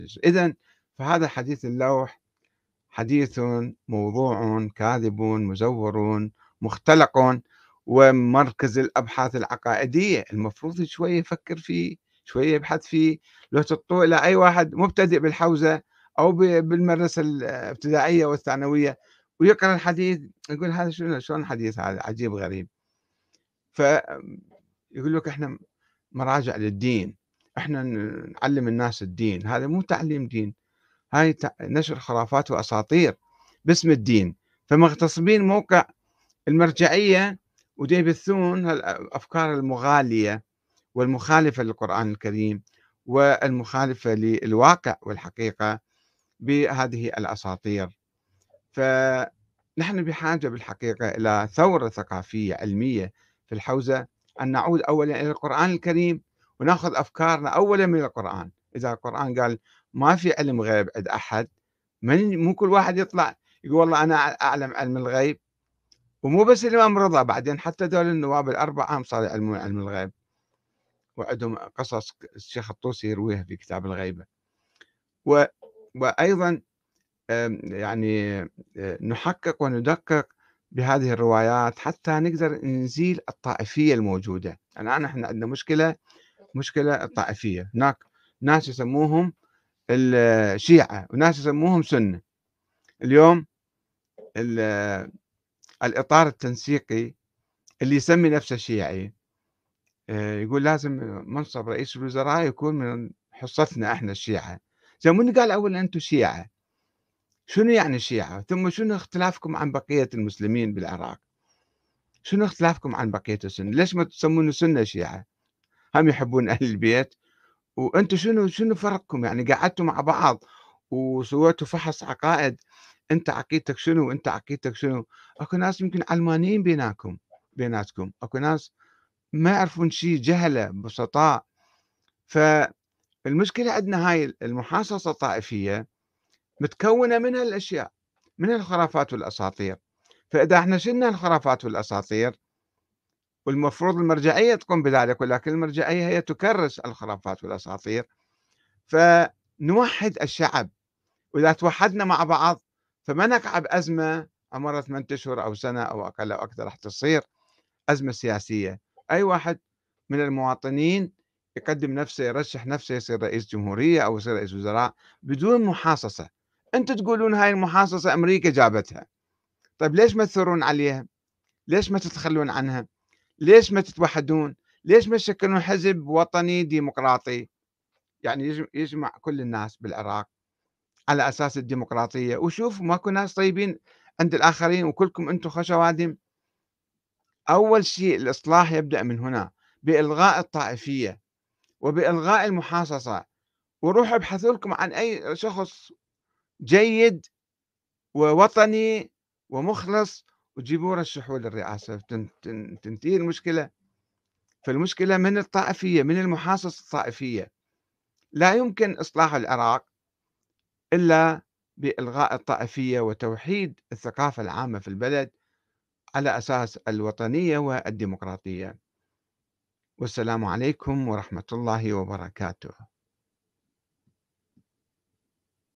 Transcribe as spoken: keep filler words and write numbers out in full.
إذن فهذا حديث اللوح حديث موضوع كاذب مزور مختلق، ومركز الأبحاث العقائدية المفروض شوية يفكر فيه، شوية يبحث فيه. لو تحطوه إلى أي واحد مبتدئ بالحوزة أو ب بالمدرسة الابتدائية والثانوية ويقرأ الحديث يقول هذا شنو شلون حديث هذا عجيب غريب. فيقول لك إحنا مراجع للدين، إحنا ن نعلّم الناس الدين، هذا مو تعليم دين، هاي ت نشر خرافات وأساطير باسم الدين، فمغتصبين موقع المرجعية ودا يبثون هالأفكار المغالية والمخالفة للقرآن الكريم والمخالفة للواقع والحقيقة بهذه الأساطير. فنحن بحاجة بالحقيقة إلى ثورة ثقافية علمية في الحوزة، أن نعود أولًا إلى القرآن الكريم وناخذ أفكارنا أولًا من القرآن. إذا القرآن قال ما في علم غيب عند أحد، من مو كل واحد يطلع يقول والله أنا أعلم علم الغيب. ومو بس الإمام رضا، بعدين حتى ذول النواب الأربعة هم صاروا يعلمون علم الغيب، وعندهم قصص الشيخ الطوسي يرويها في كتاب الغيبة. و وأيضًا آمم يعني آآ نحقق وندقق بهذه الروايات حتى نقدر نزيل الطائفية الموجودة. الآن إحنا عندنا مشكلة مشكلة الطائفية، هناك ناس يسموهم الشيعة وناس يسموهم سنة. اليوم ال الإطار التنسيقي اللي يسمي نفسه شيعي آآ يقول لازم منصب رئيس الوزراء يكون من حصتنا إحنا الشيعة. زين من قال أول أنتم شيعة؟ شنو يعني شيعة؟ ثم شنو اختلافكم عن بقية المسلمين بالعراق؟ شنو اختلافكم عن بقية السنة؟ ليش ما تسمون سنة شيعة؟ هم يحبون أهل البيت، وأنتم شنو شنو فرقكم؟ يعني قعدتوا مع بعض وسويتوا فحص عقائد، أنت عقيدتك شنو وأنت عقيدتك شنو؟ أكو ناس يمكن علمانيين بيناكم بيناتكم، أكو ناس ما يعرفون شي، جهلة بسطاء. فالمشكلة عندنا هاي المحاصصة الطائفية متكونة من هالأشياء، من الخرافات والأساطير. فإذا إحنا شلنا الخرافات والأساطير والمفروض المرجعية تقوم بذلك، ولكن المرجعية هي تكرس الخرافات والأساطير، فنوحد الشعب. وإذا توحدنا مع بعض فما نقع بأزمة عمرها ثمانية أشهر أو سنة أو أقل أو أكثر، راح تصير أزمة سياسية. أي واحد من المواطنين يقدم نفسه يرشح نفسه يصير رئيس جمهورية أو يصير رئيس وزراء بدون محاصصة. أنتم تقولون هاي المحاصصة أمريكا جابتها، طيب ليش ما تثورون عليها؟ ليش ما تتخلون عنها؟ ليش ما تتوحدون؟ ليش ما تشكلون حزب وطني ديمقراطي يعني يج- يجمع كل الناس بالعراق على أساس الديمقراطية؟ وشوف ماكو ناس طيبين عند الآخرين وكلكم أنتم خشوادم. أول شيء الإصلاح يبدأ من هنا، بإلغاء الطائفية وبإلغاء المحاصصة، وروحوا ابحثوا لكم عن أي شخص جيد ووطني ومخلص وجيبوه رشحوه للرئاسة تن- تن- تنتهي المشكلة. فالمشكلة من الطائفية، من المحاصصة الطائفية. لا يمكن إصلاح العراق إلا بإلغاء الطائفية وتوحيد الثقافة العامة في البلد على أساس الوطنية والديمقراطية. والسلام عليكم ورحمة الله وبركاته.